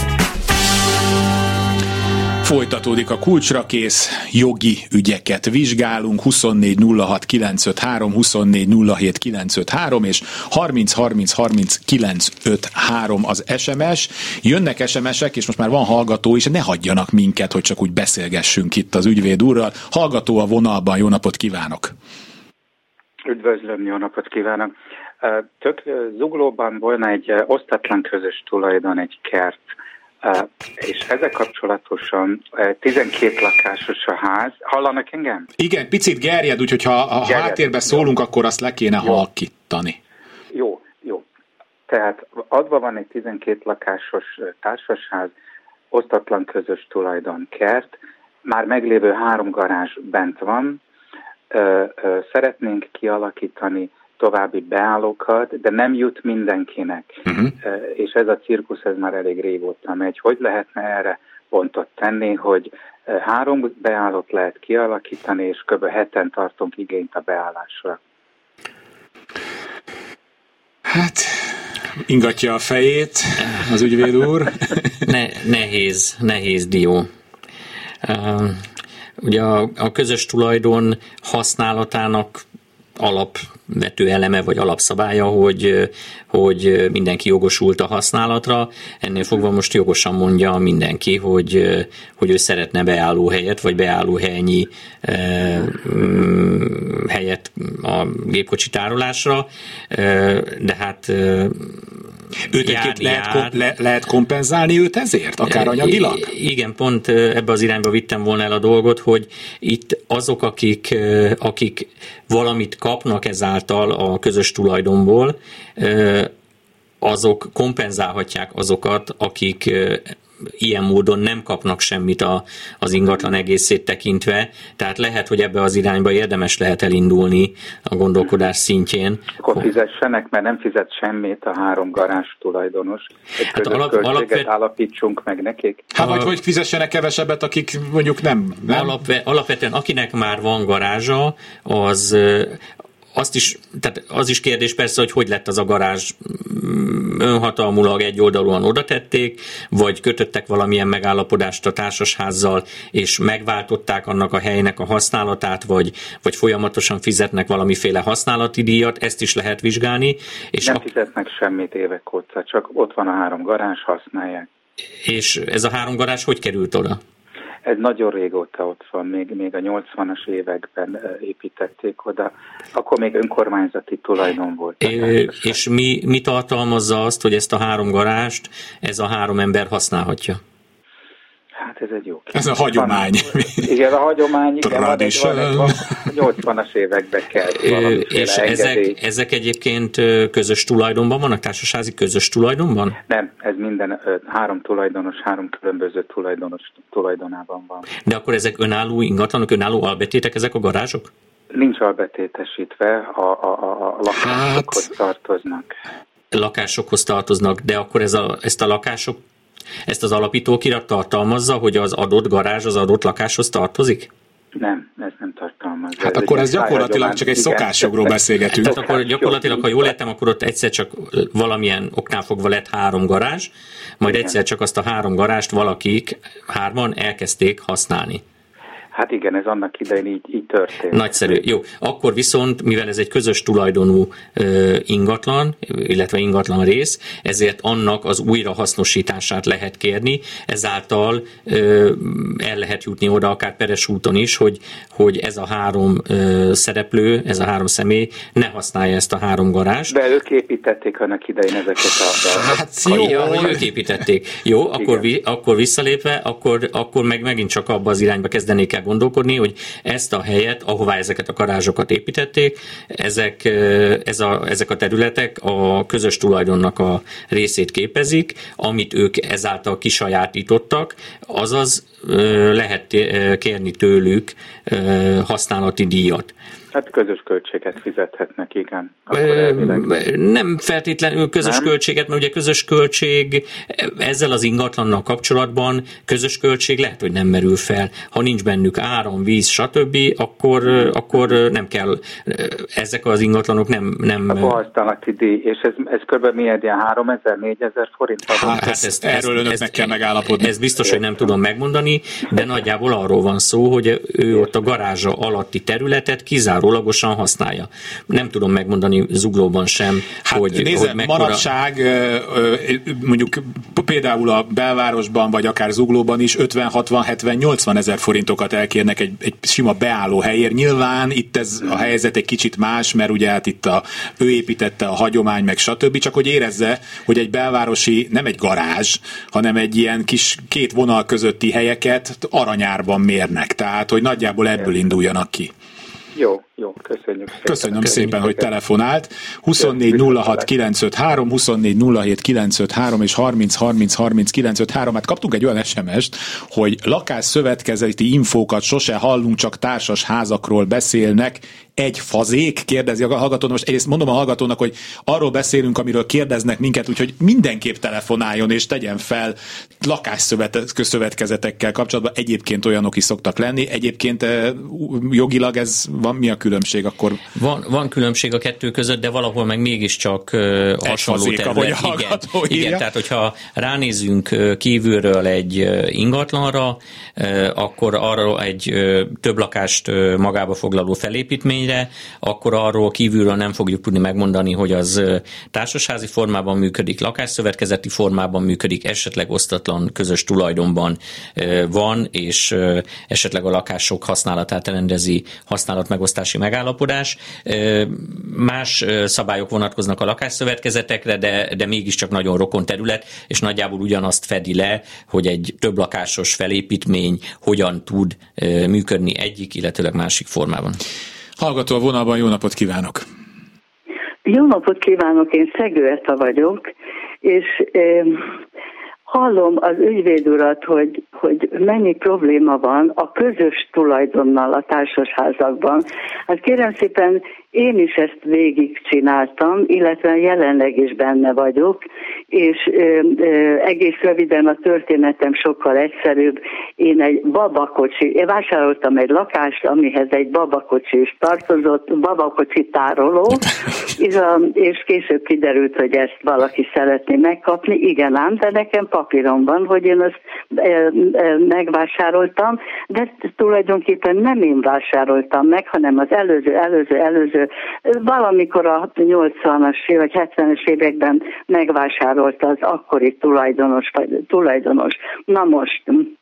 Folytatódik a kulcsra kész, jogi ügyeket vizsgálunk, huszonnégy nulla hat kilencszázötvenhárom, huszonnégy nulla hét kilencszázötvenhárom és harminc harminc harminc kilencszázötvenhárom az es em es. Jönnek es em esek, és most már van hallgató is, ne hagyjanak minket, hogy csak úgy beszélgessünk itt az ügyvéd úrral. Hallgató a vonalban, jó napot kívánok! Üdvözlöm, jó napot kívánok! Tök Zuglóban volna egy osztatlan közös tulajdon, egy kert, Uh, és ezzel kapcsolatosan uh, tizenkét lakásos a ház. Hallanak engem? Igen, picit gerjed, úgyhogy ha a háttérbe szólunk, akkor azt le kéne jó. halkítani. Jó, jó. Tehát adva van egy tizenkét lakásos társasház, osztatlan közös tulajdon kert, már meglévő három garázs bent van, uh, uh, szeretnénk kialakítani további beállókat, de nem jut mindenkinek. Uh-huh. És ez a cirkusz, ez már elég régóta megy. Hogy lehetne erre pontot tenni, hogy három beállót lehet kialakítani, és kb. heten tartunk igényt a beállásra? Hát, ingatja a fejét az ügyvéd úr. Ne, nehéz, nehéz dió. Uh, ugye a, a közös tulajdon használatának alapvető eleme vagy alapszabálya, hogy, hogy mindenki jogosult a használatra. Ennél fogva most jogosan mondja mindenki, hogy, hogy ő szeretne beállóhelyet, vagy beállóhelynyi eh, helyet a gépkocsi tárolásra, eh, de hát eh, őt jár, lehet, jár. Le, lehet kompenzálni őt ezért? Akár anyagilag? Igen, pont ebbe az irányba vittem volna el a dolgot, hogy itt azok, akik, akik valamit kapnak ezáltal a közös tulajdonból, azok kompenzálhatják azokat, akik ilyen módon nem kapnak semmit a, az ingatlan egészét tekintve, tehát lehet, hogy ebbe az irányba érdemes lehet elindulni a gondolkodás szintjén. Akkor fizessenek, mert nem fizet semmit a három garázs tulajdonos. Egy hát közös alap, költséget alapvet... állapítsunk meg nekik. Hát vagy hogy fizessenek kevesebbet, akik mondjuk nem. nem? Alapve, alapvetően akinek már van garázsa, az... Azt is, tehát az is kérdés persze, hogy hogy lett az a garázs önhatalmulag egyoldalúan oda tették, vagy kötöttek valamilyen megállapodást a társasházzal, és megváltották annak a helynek a használatát, vagy, vagy folyamatosan fizetnek valamiféle használati díjat, ezt is lehet vizsgálni. És nem a... fizetnek semmit évek óta, csak ott van a három garázs, használják. És ez a három garázs hogy került oda? Ez nagyon régóta ott van, még, még a nyolcvanas években építették oda, akkor még önkormányzati tulajdon volt. É, és mi, mi tartalmazza azt, hogy ezt a három garást ez a három ember használhatja? Hát ez egy jó kérdés. Ez a hagyomány. Igen, a hagyomány, igen, van egy, van egy, van, a nyolcvanas években kell valamiféle és ezek, ezek egyébként közös tulajdonban vannak, társasázi közös tulajdonban? Nem, ez minden három tulajdonos, három különböző tulajdonos tulajdonában van. De akkor ezek önálló ingatlanok, önálló albetétek ezek a garázsok? Nincs albetétesítve, a, a, a, a lakásokhoz hát, tartoznak. Lakásokhoz tartoznak, de akkor ez a, ezt a lakások Ezt az alapítókirat tartalmazza, hogy az adott garázs az adott lakáshoz tartozik? Nem, ez nem tartalmazza. Hát ez akkor ez gyakorlatilag csak egy szokásjogról beszélgetünk. Tehát akkor gyakorlatilag, ha jól értem, akkor ott egyszer csak valamilyen oknál fogva lett három garázs, majd igen. egyszer csak azt a három garást valakik hárman elkezdték használni. Hát igen, ez annak idején így, így történt. Nagyszerű. Jó, akkor viszont, mivel ez egy közös tulajdonú ö, ingatlan, illetve ingatlan rész, ezért annak az újrahasznosítását lehet kérni, ezáltal ö, el lehet jutni oda akár peres úton is, hogy, hogy ez a három ö, szereplő, ez a három személy ne használja ezt a három garást. De ők építették annak idején ezeket a... Hát jó, ja, hogy ők építették. Jó, akkor, vi, akkor visszalépve, akkor, akkor meg megint csak abba az irányba kezdenék el gondolkodni, hogy ezt a helyet, ahová ezeket a garázsokat építették, ezek, ez a, ezek a területek a közös tulajdonnak a részét képezik, amit ők ezáltal kisajátítottak, azaz lehet kérni tőlük használati díjat. Hát közös költséget fizethetnek, igen. Ö, nem feltétlenül közös nem? költséget, mert ugye közös költség ezzel az ingatlannal kapcsolatban közös költség lehet, hogy nem merül fel. Ha nincs bennük áram, víz, stb., akkor, akkor nem kell, ezek az ingatlanok nem... nem a használati díj, és ez, ez kb. Milyen ilyen háromezer-négyezer forint? Hát, hát ezt, ezt, erről önöknek ezt, kell megállapodni. Ez biztos, hogy nem tudom megmondani, de nagyjából arról van szó, hogy ő ott a garázsa alatti területet kizárólagosan használja. Nem tudom megmondani Zuglóban sem, hát hogy, nézze, hogy mekkora... manapság mondjuk például a belvárosban, vagy akár Zuglóban is ötven, hatvan, hetven, nyolcvan ezer forintokat elkérnek egy, egy sima beálló helyért. Nyilván itt ez a helyzet egy kicsit más, mert ugye hát itt a, ő építette a hagyomány, meg stb. Csak hogy érezze, hogy egy belvárosi nem egy garázs, hanem egy ilyen kis két vonal közötti helyeket aranyárban mérnek. Tehát, hogy nagyjából ebből induljanak ki. Jó, jó, köszönjük szépen. Köszönöm szépen, szépen hogy telefonált. huszonnégy nulla hat kilencszázötvenhárom, huszonnégy nulla hét kilencszázötvenhárom és harminc harminc harminc kilencszázötvenhárom. Hát kaptunk egy olyan es em est, hogy lakásszövetkezeti infókat sose hallunk, csak társas házakról beszélnek. Egy fazék, kérdezi a hallgató. Most egyrészt mondom a hallgatónak, hogy arról beszélünk, amiről kérdeznek minket, úgyhogy mindenképp telefonáljon és tegyen fel lakásszövetkezetekkel kapcsolatban. Egyébként olyanok is szoktak lenni. Egyébként jogilag ez van, mi a különbség, akkor... Van, van különbség a kettő között, de valahol meg mégiscsak uh, hasonló terület. Igen, igen, tehát hogyha ránézünk kívülről egy ingatlanra, akkor arról egy több lakást magába foglaló felépítményre, akkor arról kívülről nem fogjuk tudni megmondani, hogy az társasházi formában működik, lakásszövetkezeti formában működik, esetleg osztatlan közös tulajdonban van, és esetleg a lakások használatát rendezi használatmegosztási megállapodás. Más szabályok vonatkoznak a lakásszövetkezetekre, de, de mégiscsak nagyon rokon terület, és nagyjából ugyanazt fedi le, hogy egy több lakásos felépítmény hogyan tud működni egyik, illetőleg másik formában. Hallgató a vonalban, jó napot kívánok! Jó napot kívánok, én Szegő Eta vagyok, és eh, hallom az ügyvéd urat, hogy, hogy mennyi probléma van a közös tulajdonnal a társasházakban. Hát kérem szépen, én is ezt végigcsináltam, illetve jelenleg is benne vagyok, és ö, ö, egész röviden a történetem sokkal egyszerűbb. Én egy babakocsi, én vásároltam egy lakást, amihez egy babakocsi is tartozott, babakocsi tároló, és, a, és később kiderült, hogy ezt valaki szeretné megkapni. Igen ám, de nekem papírom van, hogy én ezt ö, ö, megvásároltam, de tulajdonképpen nem én vásároltam meg, hanem az előző, előző, előző valamikor a nyolcvanas vagy hetvenes években megvásárolta az akkori tulajdonos, vagy tulajdonos. Na most,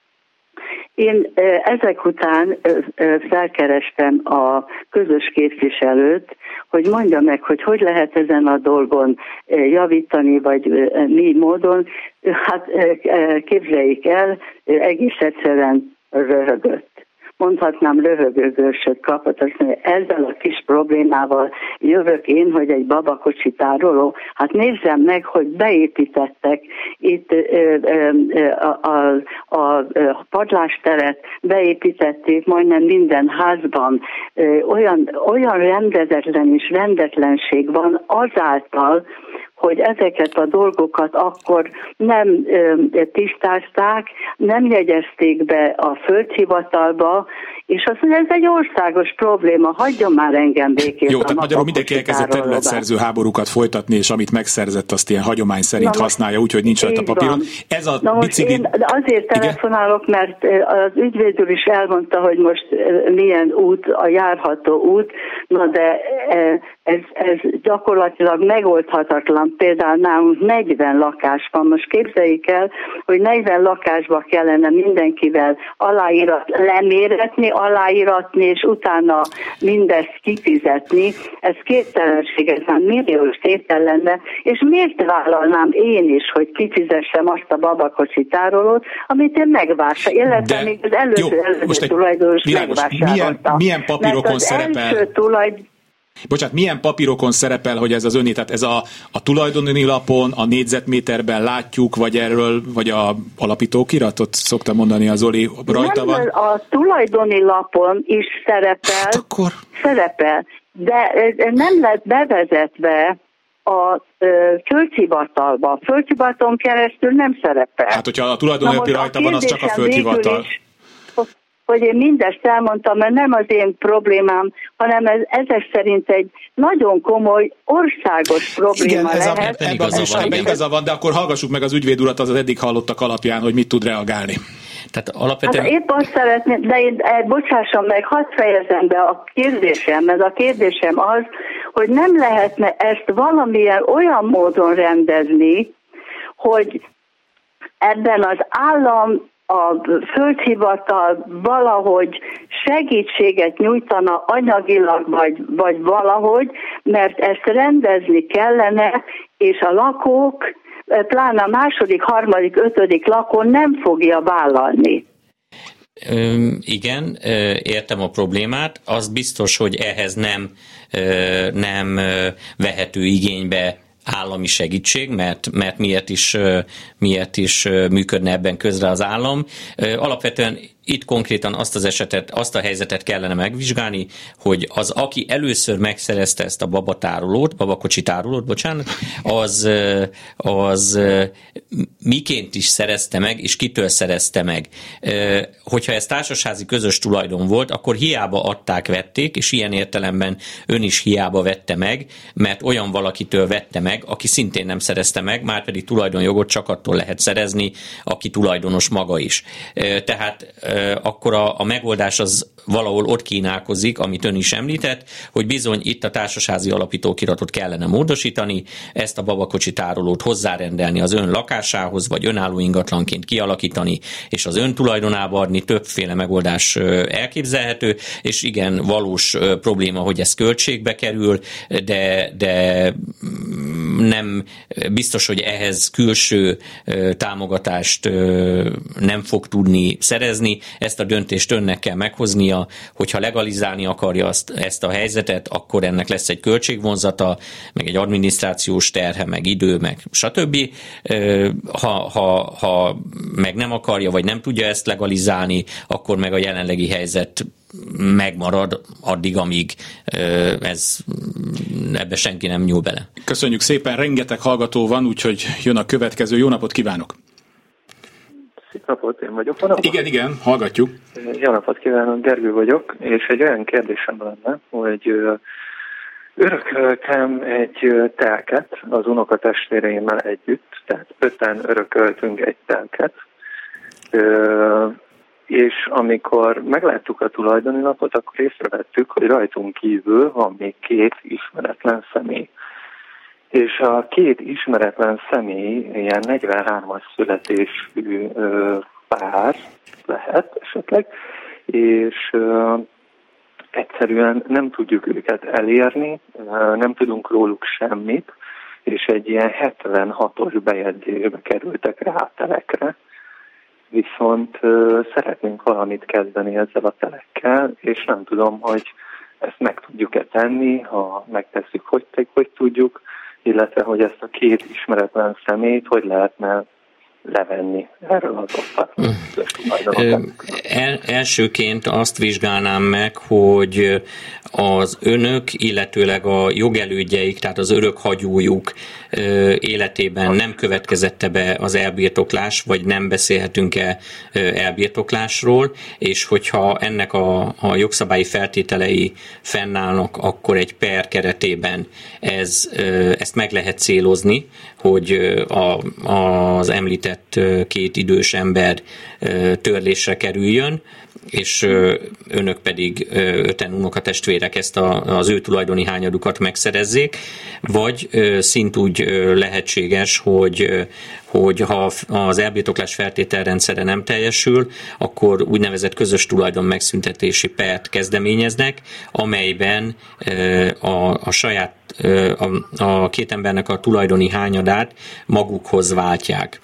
én ezek után felkerestem a közös képviselőt, hogy mondja meg, hogy hogy lehet ezen a dolgon javítani, vagy mi módon. Hát képzeljék el, egész egyszerűen röhögött. Mondhatnám röhögőgősöt kapott, azt mondja, ezzel a kis problémával jövök én, hogy egy babakocsi tároló, hát nézzem meg, hogy beépítettek itt ö, ö, a, a, a, a padlásteret, beépítették majdnem minden házban, ö, olyan, olyan rendezetlen és rendetlenség van azáltal, hogy ezeket a dolgokat akkor nem ö, tisztázták, nem jegyezték be a földhivatalba, és azt mondja, ez egy országos probléma, hagyjon már engem békén. Jó, tehát magyarul mindenki elkezdett területszerző háborúkat folytatni, és amit megszerzett, azt ilyen hagyomány szerint na, használja, úgyhogy nincs rajta papíron. Ez a na bicikli... én azért telefonálok, mert az ügyvéd úr is elmondta, hogy most milyen út, a járható út, na de ez, ez gyakorlatilag megoldhatatlan. Például nálunk negyven lakás van. Most képzeljék el, hogy negyven lakásba kellene mindenkivel aláírat, leméretni, aláíratni, és utána mindezt kifizetni. Ez képtelenség, ez már milliós tétel lenne, és miért vállalnám én is, hogy kifizessem azt a babakocsi tárolót, amit én megvásároltam, illetve de, még az előző, jó, előző tulajdonos megvásárolta. Milyen, milyen papírokon szerepel? Tulajdon... Bocsánat, milyen papírokon szerepel, hogy ez az öné, tehát ez a, a tulajdoni lapon, a négyzetméterben látjuk, vagy erről, vagy a alapítókiratot szokta mondani az Zoli, rajta van? Nem, a tulajdoni lapon is szerepel, hát akkor... szerepel, de nem lett bevezetve a földhivatalba. A földhivatalon keresztül nem szerepel. Hát, hogyha a tulajdoni lap rajta van, az csak a földhivatal. Hogy én mindezt elmondtam, mert nem az én problémám, hanem ez ezek szerint egy nagyon komoly országos probléma. Igen, ez lehet. A, ebben az is ebben igaza van, de akkor hallgassuk meg az ügyvéd urat az, az eddig hallottak alapján, hogy mit tud reagálni. Tehát alapvetően... Hát épp azt szeretném, de én bocsássam meg, hadd fejezem be a kérdésem, mert a kérdésem az, hogy nem lehetne ezt valamilyen olyan módon rendezni, hogy ebben az állam a földhivatal valahogy segítséget nyújtana anyagilag, vagy, vagy valahogy, mert ezt rendezni kellene, és a lakók, pláne a második, harmadik, ötödik lakó nem fogja vállalni. Ö, igen, értem a problémát. Az biztos, hogy ehhez nem, nem vehető igénybe állami segítség, mert, mert miért, is, miért is működne ebben közre az állam. Alapvetően itt konkrétan azt az esetet, azt a helyzetet kellene megvizsgálni, hogy az, aki először megszerezte ezt a babatárolót, babakocsi tárolót, bocsánat, az, az miként is szerezte meg, és kitől szerezte meg. Hogyha ez társasházi közös tulajdon volt, akkor hiába adták, vették, és ilyen értelemben ön is hiába vette meg, mert olyan valakitől vette meg, aki szintén nem szerezte meg, már pedig tulajdonjogot csak attól lehet szerezni, aki tulajdonos maga is. Tehát akkor a, a megoldás az valahol ott kínálkozik, amit ön is említett, hogy bizony itt a társasházi alapítókiratot kellene módosítani, ezt a babakocsi tárolót hozzárendelni az ön lakásához, vagy önálló ingatlanként kialakítani, és az ön tulajdonába adni, többféle megoldás elképzelhető, és igen, valós probléma, hogy ez költségbe kerül, de, de nem biztos, hogy ehhez külső támogatást nem fog tudni szerezni. Ezt a döntést önnek kell meghoznia, hogyha legalizálni akarja azt, ezt a helyzetet, akkor ennek lesz egy költségvonzata, meg egy adminisztrációs terhe, meg idő, meg stb. Ha, ha, ha meg nem akarja, vagy nem tudja ezt legalizálni, akkor meg a jelenlegi helyzet megmarad addig, amíg ez, ebbe senki nem nyúl bele. Köszönjük szépen, rengeteg hallgató van, úgyhogy jön a következő. Jó napot kívánok! Szép napot, én vagyok. Van igen, igen, hallgatjuk. Jó napot kívánok, Gergő vagyok, és egy olyan kérdésem lenne, hogy örököltem egy telket az unokatestvéreimmel együtt, tehát öten örököltünk egy telket, és amikor megláttuk a tulajdoni lapot, akkor észrevettük, hogy rajtunk kívül van még két ismeretlen személy. És a két ismeretlen személy ilyen negyvenhármas születésű ö, pár lehet esetleg, és ö, egyszerűen nem tudjuk őket elérni, ö, nem tudunk róluk semmit, és egy ilyen hetvenhatos bejegyzésbe kerültek rá a telekre. Viszont ö, szeretnénk valamit kezdeni ezzel a telekkel, és nem tudom, hogy ezt meg tudjuk-e tenni, ha megtesszük, hogy, hogy tudjuk, illetve hogy ezt a két ismeretlen személyt hogy lehetne levenni erről az osztatlan. El, elsőként azt vizsgálnám meg, hogy az önök, illetőleg a jogelődjeik, tehát az örökhagyójuk életében nem következette be az elbirtoklás, vagy nem beszélhetünk-e elbirtoklásról, és hogyha ennek a, a jogszabályi feltételei fennállnak, akkor egy per keretében ez, ezt meg lehet célozni, hogy a, az említett két idős ember törlésre kerüljön, és önök pedig öten unokatestvérek ezt a, az ő tulajdoni hányadukat megszerezzék, vagy szintúgy lehetséges, hogy, hogy ha az elbirtoklás feltételrendszere nem teljesül, akkor úgynevezett közös tulajdon megszüntetési pert kezdeményeznek, amelyben a, a saját a, a két embernek a tulajdoni hányadát magukhoz váltják.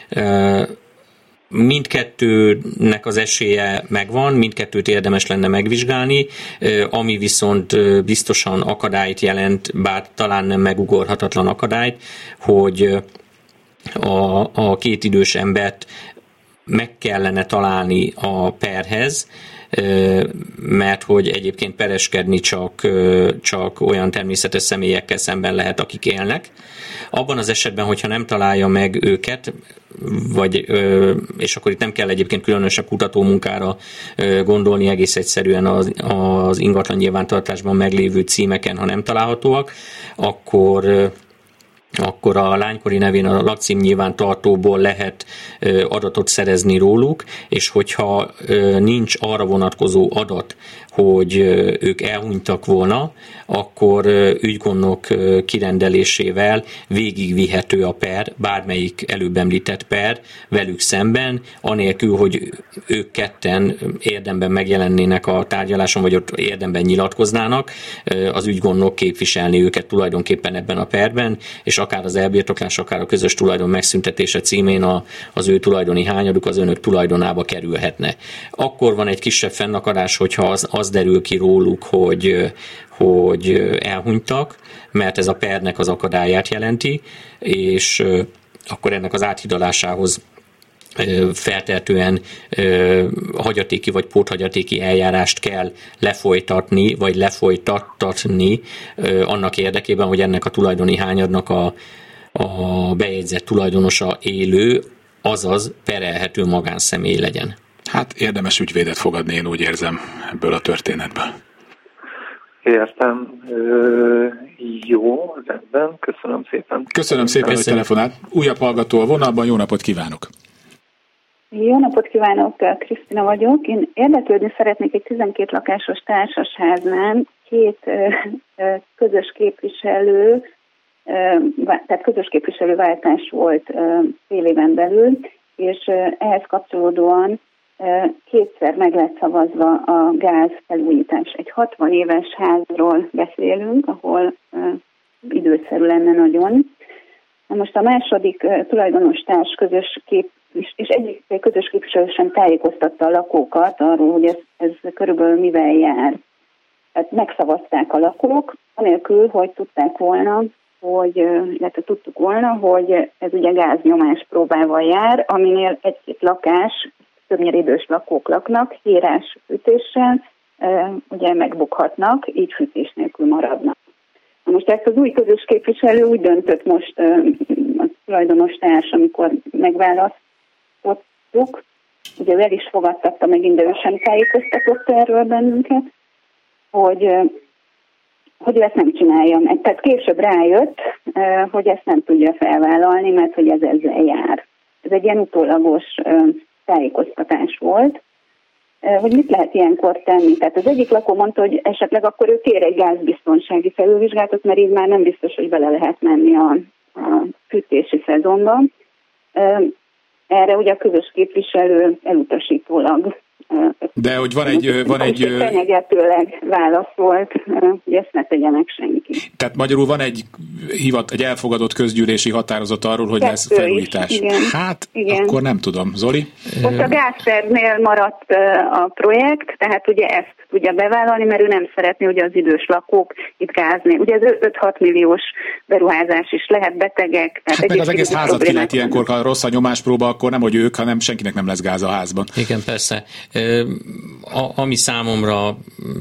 Mindkettőnek az esélye megvan, mindkettőt érdemes lenne megvizsgálni, ami viszont biztosan akadályt jelent, bár talán nem megugorhatatlan akadályt, hogy a, a két idős embert meg kellene találni a perhez, mert hogy egyébként pereskedni csak, csak olyan természetes személyekkel szemben lehet, akik élnek. Abban az esetben, hogyha nem találja meg őket, vagy, és akkor itt nem kell egyébként különösebb kutatómunkára gondolni, egész egyszerűen az, az ingatlan nyilvántartásban meglévő címeken, ha nem találhatóak, akkor akkor a lánykori nevén a lakcím nyilvántartóból lehet adatot szerezni róluk, és hogyha nincs arra vonatkozó adat, hogy ők elhunytak volna, akkor ügygondnok kirendelésével végigvihető a per, bármelyik előbb említett per velük szemben, anélkül, hogy ők ketten érdemben megjelennének a tárgyaláson, vagy ott érdemben nyilatkoznának, az ügygondnok képviselni őket tulajdonképpen ebben a perben, és akár az elbirtoklás, akár a közös tulajdon megszüntetése címén a, az ő tulajdoni hányaduk az önök tulajdonába kerülhetne. Akkor van egy kisebb fennakadás, hogyha az, az derül ki róluk, hogy, hogy elhunytak, mert ez a pernek az akadályát jelenti, és akkor ennek az áthidalásához feltehetően hagyatéki vagy póthagyatéki eljárást kell lefolytatni, vagy lefolytattatni annak érdekében, hogy ennek a tulajdoni hányadnak a, a bejegyzett tulajdonosa élő, azaz perelhető magánszemély legyen. Hát érdemes ügyvédet fogadni, én úgy érzem ebből a történetből. Értem. Ö, jó, rendben. Köszönöm szépen. Köszönöm szépen, hogy telefonált. Újabb hallgató a vonalban, jó napot kívánok! Jó napot kívánok, Krisztina vagyok. Én érdeklődni szeretnék egy tizenkét lakásos társasháznál két közös képviselő, tehát közös képviselőváltás volt fél éven belül, és ehhez kapcsolódóan kétszer meg lett szavazva a gáz felújítás. Egy hatvan éves házról beszélünk, ahol időszerű lenne nagyon. Na most a második tulajdonos társ közös kép és egyik közös képviselő sem tájékoztatta a lakókat arról, hogy ez, ez körülbelül mivel jár. Tehát megszavazták a lakók, anélkül, hogy tudták volna, hogy, illetve tudtuk volna, hogy ez ugye gáznyomás próbával jár, aminél egy-két lakás, többnyire idős lakók laknak, hírás fűtéssel, ugye megbukhatnak, így fűtés nélkül maradnak. Na most ezt az új közös képviselő úgy döntött most a tulajdonos társ, amikor megválasztottuk, ugye el is fogadtatta megint, de ő sem tájékoztatott erről bennünket, hogy, hogy ő ezt nem csinálja meg. Tehát később rájött, hogy ezt nem tudja felvállalni, mert hogy ez ezzel jár. Ez egy ilyen utólagos tájékoztatás volt, hogy mit lehet ilyenkor tenni. Tehát az egyik lakó mondta, hogy esetleg akkor ő kér egy gázbiztonsági felülvizsgálatot, mert így már nem biztos, hogy bele lehet menni a, a fűtési szezonba. Erre ugye a közös képviselő elutasítólag. De hogy van egy... Van egy fenyegetőleg válaszolt, hogy ezt ne tegye meg senki. Tehát magyarul van egy, hivat, egy elfogadott közgyűlési határozat arról, hogy Kettő lesz felújítás. Is, igen. Hát, igen. Akkor nem tudom. Zoli? Ott a gáztervnél maradt a projekt, tehát ugye ezt tudja bevállalni, mert ő nem szeretné, hogy az idős lakók itt gázni. Ugye ez öt-hat milliós beruházás is lehet, betegek. Hát meg az egész házat ki lehet ilyenkor, ha rossz a nyomáspróba, akkor nem, hogy ők, hanem senkinek nem lesz gáz a házban. Igen, persze. A, ami számomra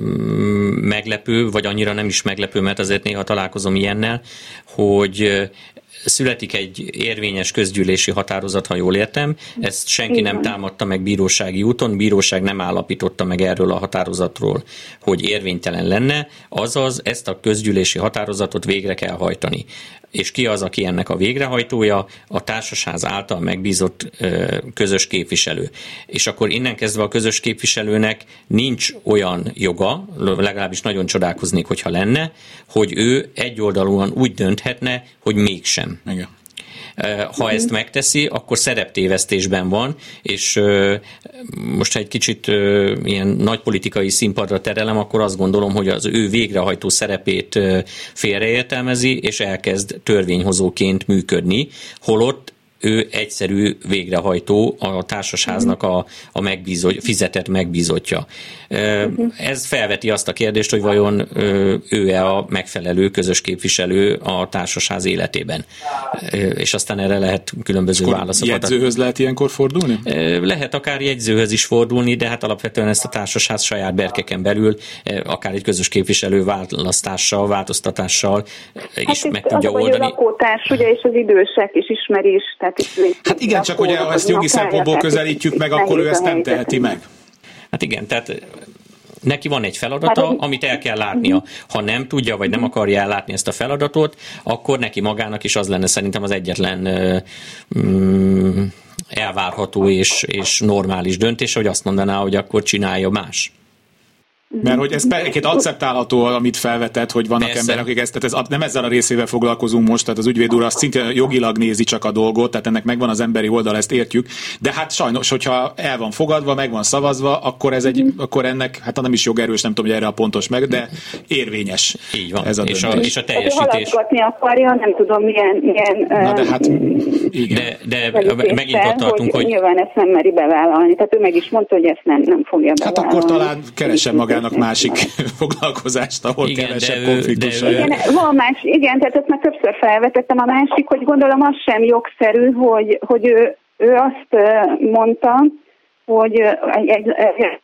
meglepő, vagy annyira nem is meglepő, mert azért néha találkozom ilyennel, hogy születik egy érvényes közgyűlési határozat, ha jól értem, ezt senki nem támadta meg bírósági úton, bíróság nem állapította meg erről a határozatról, hogy érvénytelen lenne, azaz ezt a közgyűlési határozatot végre kell hajtani. És ki az, aki ennek a végrehajtója? A társasház által megbízott ö, közös képviselő. És akkor innen kezdve a közös képviselőnek nincs olyan joga, legalábbis nagyon csodálkoznék, hogyha lenne, hogy ő egyoldalúan úgy dönthetne, hogy mégsem. Igen. Ha ezt megteszi, akkor szereptévesztésben van, és most egy kicsit ilyen nagypolitikai színpadra terelem, akkor azt gondolom, hogy az ő végrehajtó szerepét félreértelmezi, és elkezd törvényhozóként működni, holott ő egyszerű végrehajtó, a társasháznak a, a megbízott, fizetett megbízottja. Ez felveti azt a kérdést, hogy vajon ő-e a megfelelő közös képviselő a társasház életében. És aztán erre lehet különböző akkor válaszokat. Jegyzőhöz lehet ilyenkor fordulni? Lehet akár jegyzőhöz is fordulni, de hát alapvetően ezt a társasház saját berkeken belül, akár egy közös képviselő választással, változtatással is hát meg tudja az, oldani. A lakótárs, ugye, és az idősek is ismeri is. Hát igen, csak hogy ha ezt jogi szempontból közelítjük meg, akkor ő ezt nem teheti meg. Hát igen, tehát neki van egy feladata, hát, amit el kell látnia. Ha nem tudja, vagy nem akarja ellátni ezt a feladatot, akkor neki magának is az lenne szerintem az egyetlen mm, elvárható és, és normális döntés, hogy azt mondaná, hogy akkor csinálja más. Mert hogy ez egy akceptálható, amit felvetett, hogy vannak Persze. emberek, akik ezt, tehát ez, nem ezzel a részével foglalkozunk most, tehát az ügyvéd úr azt szintén jogilag nézi csak a dolgot, tehát ennek megvan az emberi oldal, ezt értjük, de hát sajnos, hogyha el van fogadva, meg van szavazva, akkor ez egy, akkor ennek, hát nem is jogerős, nem tudom, hogy erre a pontos meg, de érvényes. Így van, ez a és, a, és a teljesítés. Haladgatni akarja, nem tudom, milyen... milyen Na de hát, igen. De, de megint ott tartunk, hogy... Nyilván ezt nem meri bevállalni, tehát ő meg is mondta, hogy ezt nem, nem fogja bevállalni. Hát akkor talán keressen magának másik foglalkozást, ahol igen, kevesebb konfliktus. Igen, van más, igen, tehát ezt már többször felvetettem. A másik, hogy gondolom az sem jogszerű, hogy, hogy ő ő azt mondta, hogy egy, egy, egy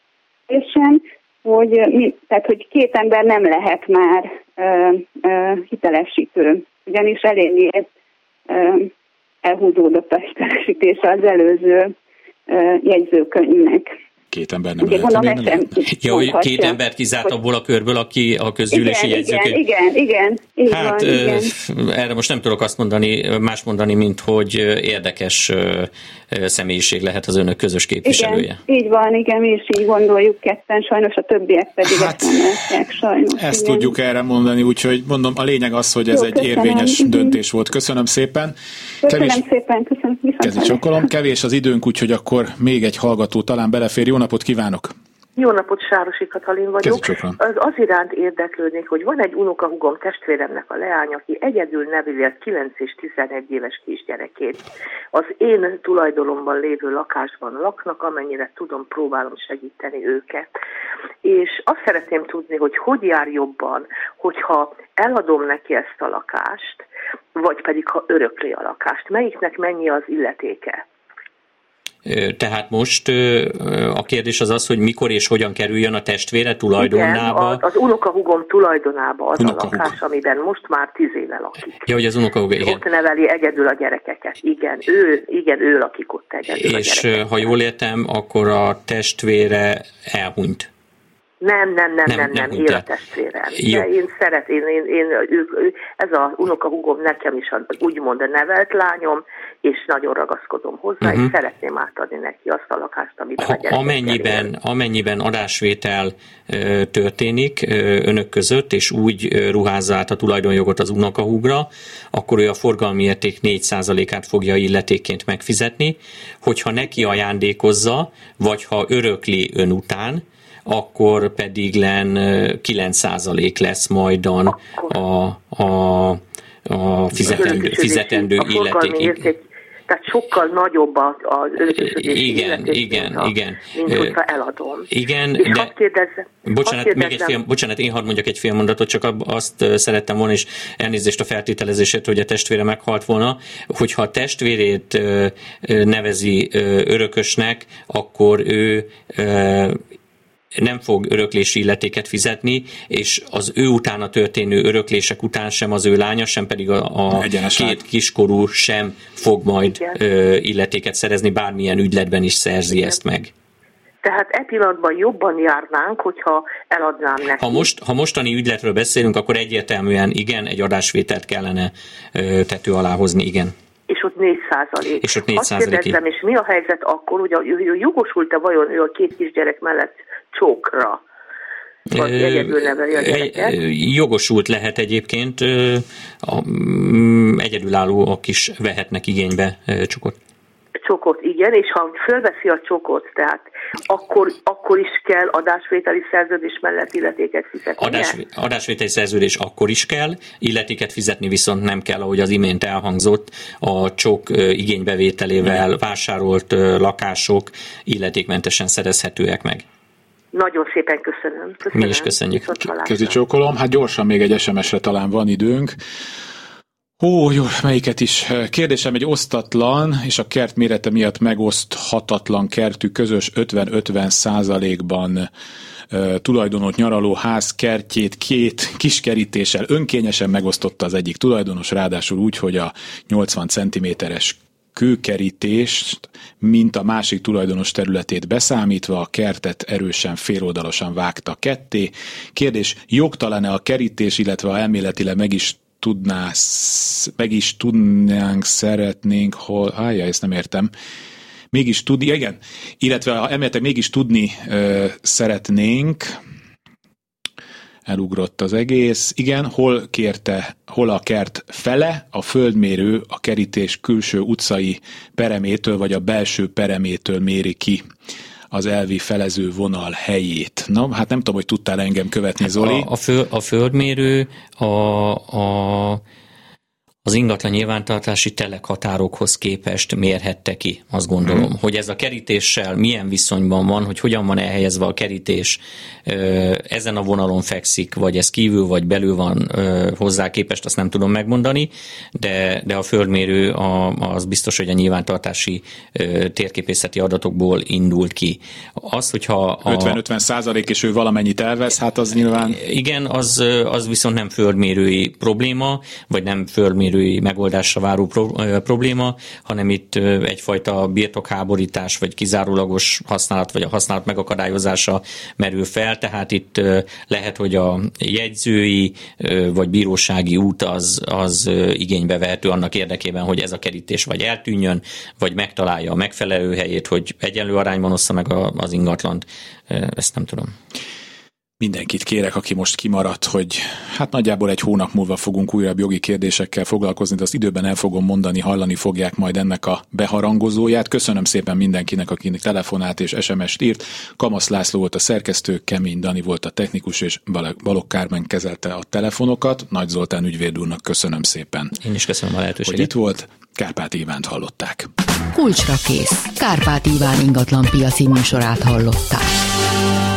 hogy, tehát, hogy két ember nem lehet már ö, ö, hitelesítő, ugyanis eléggé ö, elhúzódott a hitelesítése az előző ö, jegyzőkönyvnek. Két ember nem ugye, lehet. Gondolom, nem ja, hogy két ember kizárt abból a körből, aki a közgyűlési jegyzőkönyv. Igen, igen, igen. Hát van, igen. Erre most nem tudok azt mondani, más mondani, mint hogy érdekes személyiség lehet az önök közös képviselője. Igen, így van, igen, mi is így gondoljuk ketten, sajnos a többiek pedig hát, ezt nem látják, sajnos. Ezt igen. tudjuk erre mondani, úgyhogy mondom, a lényeg az, hogy ez Jó, egy köszönöm. érvényes uh-huh. döntés volt. Köszönöm szépen. Köszönöm Kevés... szépen, köszönöm. Kezi csokolom. Kevés az időnk, úgyhogy akkor még egy hallgató talán belefér. Jó napot kívánok! Jó napot, Sárosi Katalin vagyok. Az, az iránt érdeklődnék, hogy van egy unokahúgom, testvéremnek a leány, aki egyedül neveli a kilenc és tizenegy éves kisgyerekét. Az én tulajdonomban lévő lakásban laknak, amennyire tudom, próbálom segíteni őket. És azt szeretném tudni, hogy hogy jár jobban, hogyha eladom neki ezt a lakást, vagy pedig ha örökli a lakást. Melyiknek mennyi az illetéke? Tehát most a kérdés az az, hogy mikor és hogyan kerüljön a testvére tulajdonába. Igen, az, az unokahúgom tulajdonába az unokahúg. A lakás, amiben most már tíz éve lakik. Ja, hogy az unokahúg, igen. Ott neveli egyedül a gyerekeket. Igen, ő, igen, ő lakik ott egyedül. És ha jól értem, akkor a testvére elhunyt. Nem, nem, nem, nem, nem, nem él a testvérem. De én szeretném, én, én, ők, ez a unokahúgom nekem is úgymond a nevelt lányom, és nagyon ragaszkodom hozzá, uh-huh. és szeretném átadni neki azt a lakást, amiben ha, a gyerekek amennyiben, amennyiben adásvétel ö, történik ö, önök között, és úgy ö, ruházza át a tulajdonjogot az unokahúgra, akkor ő a forgalmi érték négy százalékát fogja illetékként megfizetni, hogyha neki ajándékozza, vagy ha örökli ön után, akkor pedig len kilenc százalék lesz majdan a, a, a fizetendő, fizetendő illeték. Tehát sokkal nagyobb az örökösödési igen, illeték, igen, mint, a, igen. mint hogyha eladom. Igen, és de... Hadd kérdezzem, bocsánat, hadd még egy fél, bocsánat, én hadd mondjak egy fél mondatot, csak azt szerettem volna, és elnézést a feltételezését, hogy a testvére meghalt volna, hogyha a testvérét nevezi örökösnek, akkor ő nem fog öröklési illetéket fizetni, és az ő utána történő öröklések után sem az ő lánya, sem pedig a, a két kiskorú sem fog majd ö, illetéket szerezni, bármilyen ügyletben is szerzi Igen. ezt meg. Tehát e pillanatban jobban járnánk, hogyha eladnám neki. Ha, most, ha mostani ügyletről beszélünk, akkor egyértelműen igen, egy adásvételt kellene ö, tető alá hozni, igen. És ott négy százalék. És ott négy százalék. Azt kérdezzem, és mi a helyzet akkor, hogy jogosult-e vajon ő a két kisgyerek mellett csókra? Vagy egyedül neveli a gyereket? Jogosult lehet egyébként, egyedülállóak is vehetnek igénybe csokot. Csokot, igen, és ha fölveszi a csokot, tehát akkor, akkor is kell adásvételi szerződés mellett illetéket fizetni. Adás, adásvételi szerződés akkor is kell, illetéket fizetni viszont nem kell, ahogy az imént elhangzott, a csok igénybevételével vásárolt lakások illetékmentesen szerezhetőek meg. Nagyon szépen köszönöm. köszönöm. Mi is köszönjük. Kezi csókolom. Hát gyorsan még egy es em es-re talán van időnk. Ó, jó, melyiket is? Kérdésem, egy osztatlan és a kert mérete miatt megoszthatatlan kertű közös ötven-ötven százalékban uh, tulajdonolt nyaraló ház kertjét két kis kerítéssel önkényesen megosztotta az egyik tulajdonos, ráadásul úgy, hogy a nyolcvan centiméteres kőkerítést, mint a másik tulajdonos területét beszámítva, a kertet erősen féloldalasan vágta ketté. Kérdés, jogtalan-e a kerítés, illetve ha elméletileg meg is tudná, meg is tudnánk, szeretnénk, hol, hájjá, ezt nem értem, mégis tudni, igen, illetve ha elméletileg mégis tudni ö, szeretnénk, elugrott az egész, igen, hol kérte, hol a kert fele, a földmérő a kerítés külső utcai peremétől, vagy a belső peremétől méri ki az elvi felező vonal helyét. Na, hát nem tudom, hogy tudtál engem követni, Zoli. A, a, föl, a földmérő a, a, az ingatlan nyilvántartási telekhatárokhoz képest mérhette ki, azt gondolom, hmm. hogy ez a kerítéssel milyen viszonyban van, hogy hogyan van elhelyezve a kerítés, ezen a vonalon fekszik, vagy ez kívül vagy belül van hozzá képest, azt nem tudom megmondani, de, de a földmérő az biztos, hogy a nyilvántartási térképészeti adatokból indult ki. Az, hogyha ötven-ötven százalék és ő valamennyit elvesz, hát az nyilván... Igen, az, az viszont nem földmérői probléma, vagy nem földmérői megoldásra váró pro- probléma, hanem itt egyfajta birtokháborítás, vagy kizárólagos használat, vagy a használat megakadályozása merül fel, tehát itt lehet, hogy a jegyzői, vagy bírósági út az, az igénybe vehető annak érdekében, hogy ez a kerítés vagy eltűnjön, vagy megtalálja a megfelelő helyét, hogy egyenlő arányban ossza meg az ingatlant. Ezt nem tudom. Mindenkit kérek, aki most kimaradt, hogy hát nagyjából egy hónap múlva fogunk újabb jogi kérdésekkel foglalkozni, de azt időben el fogom mondani, hallani fogják majd ennek a beharangozóját. Köszönöm szépen mindenkinek, akinek telefonált és es em est írt. Kamasz László volt a szerkesztő, Kemény Dani volt a technikus, és Balogh Kármen kezelte a telefonokat. Nagy Zoltán ügyvéd úrnak köszönöm szépen. Én is köszönöm a lehetőséget. Hogy itt volt. Kárpát Ivánt hallották. Kulcsra kész. Kárpát Iván ingatlan piaci műsorát hallották.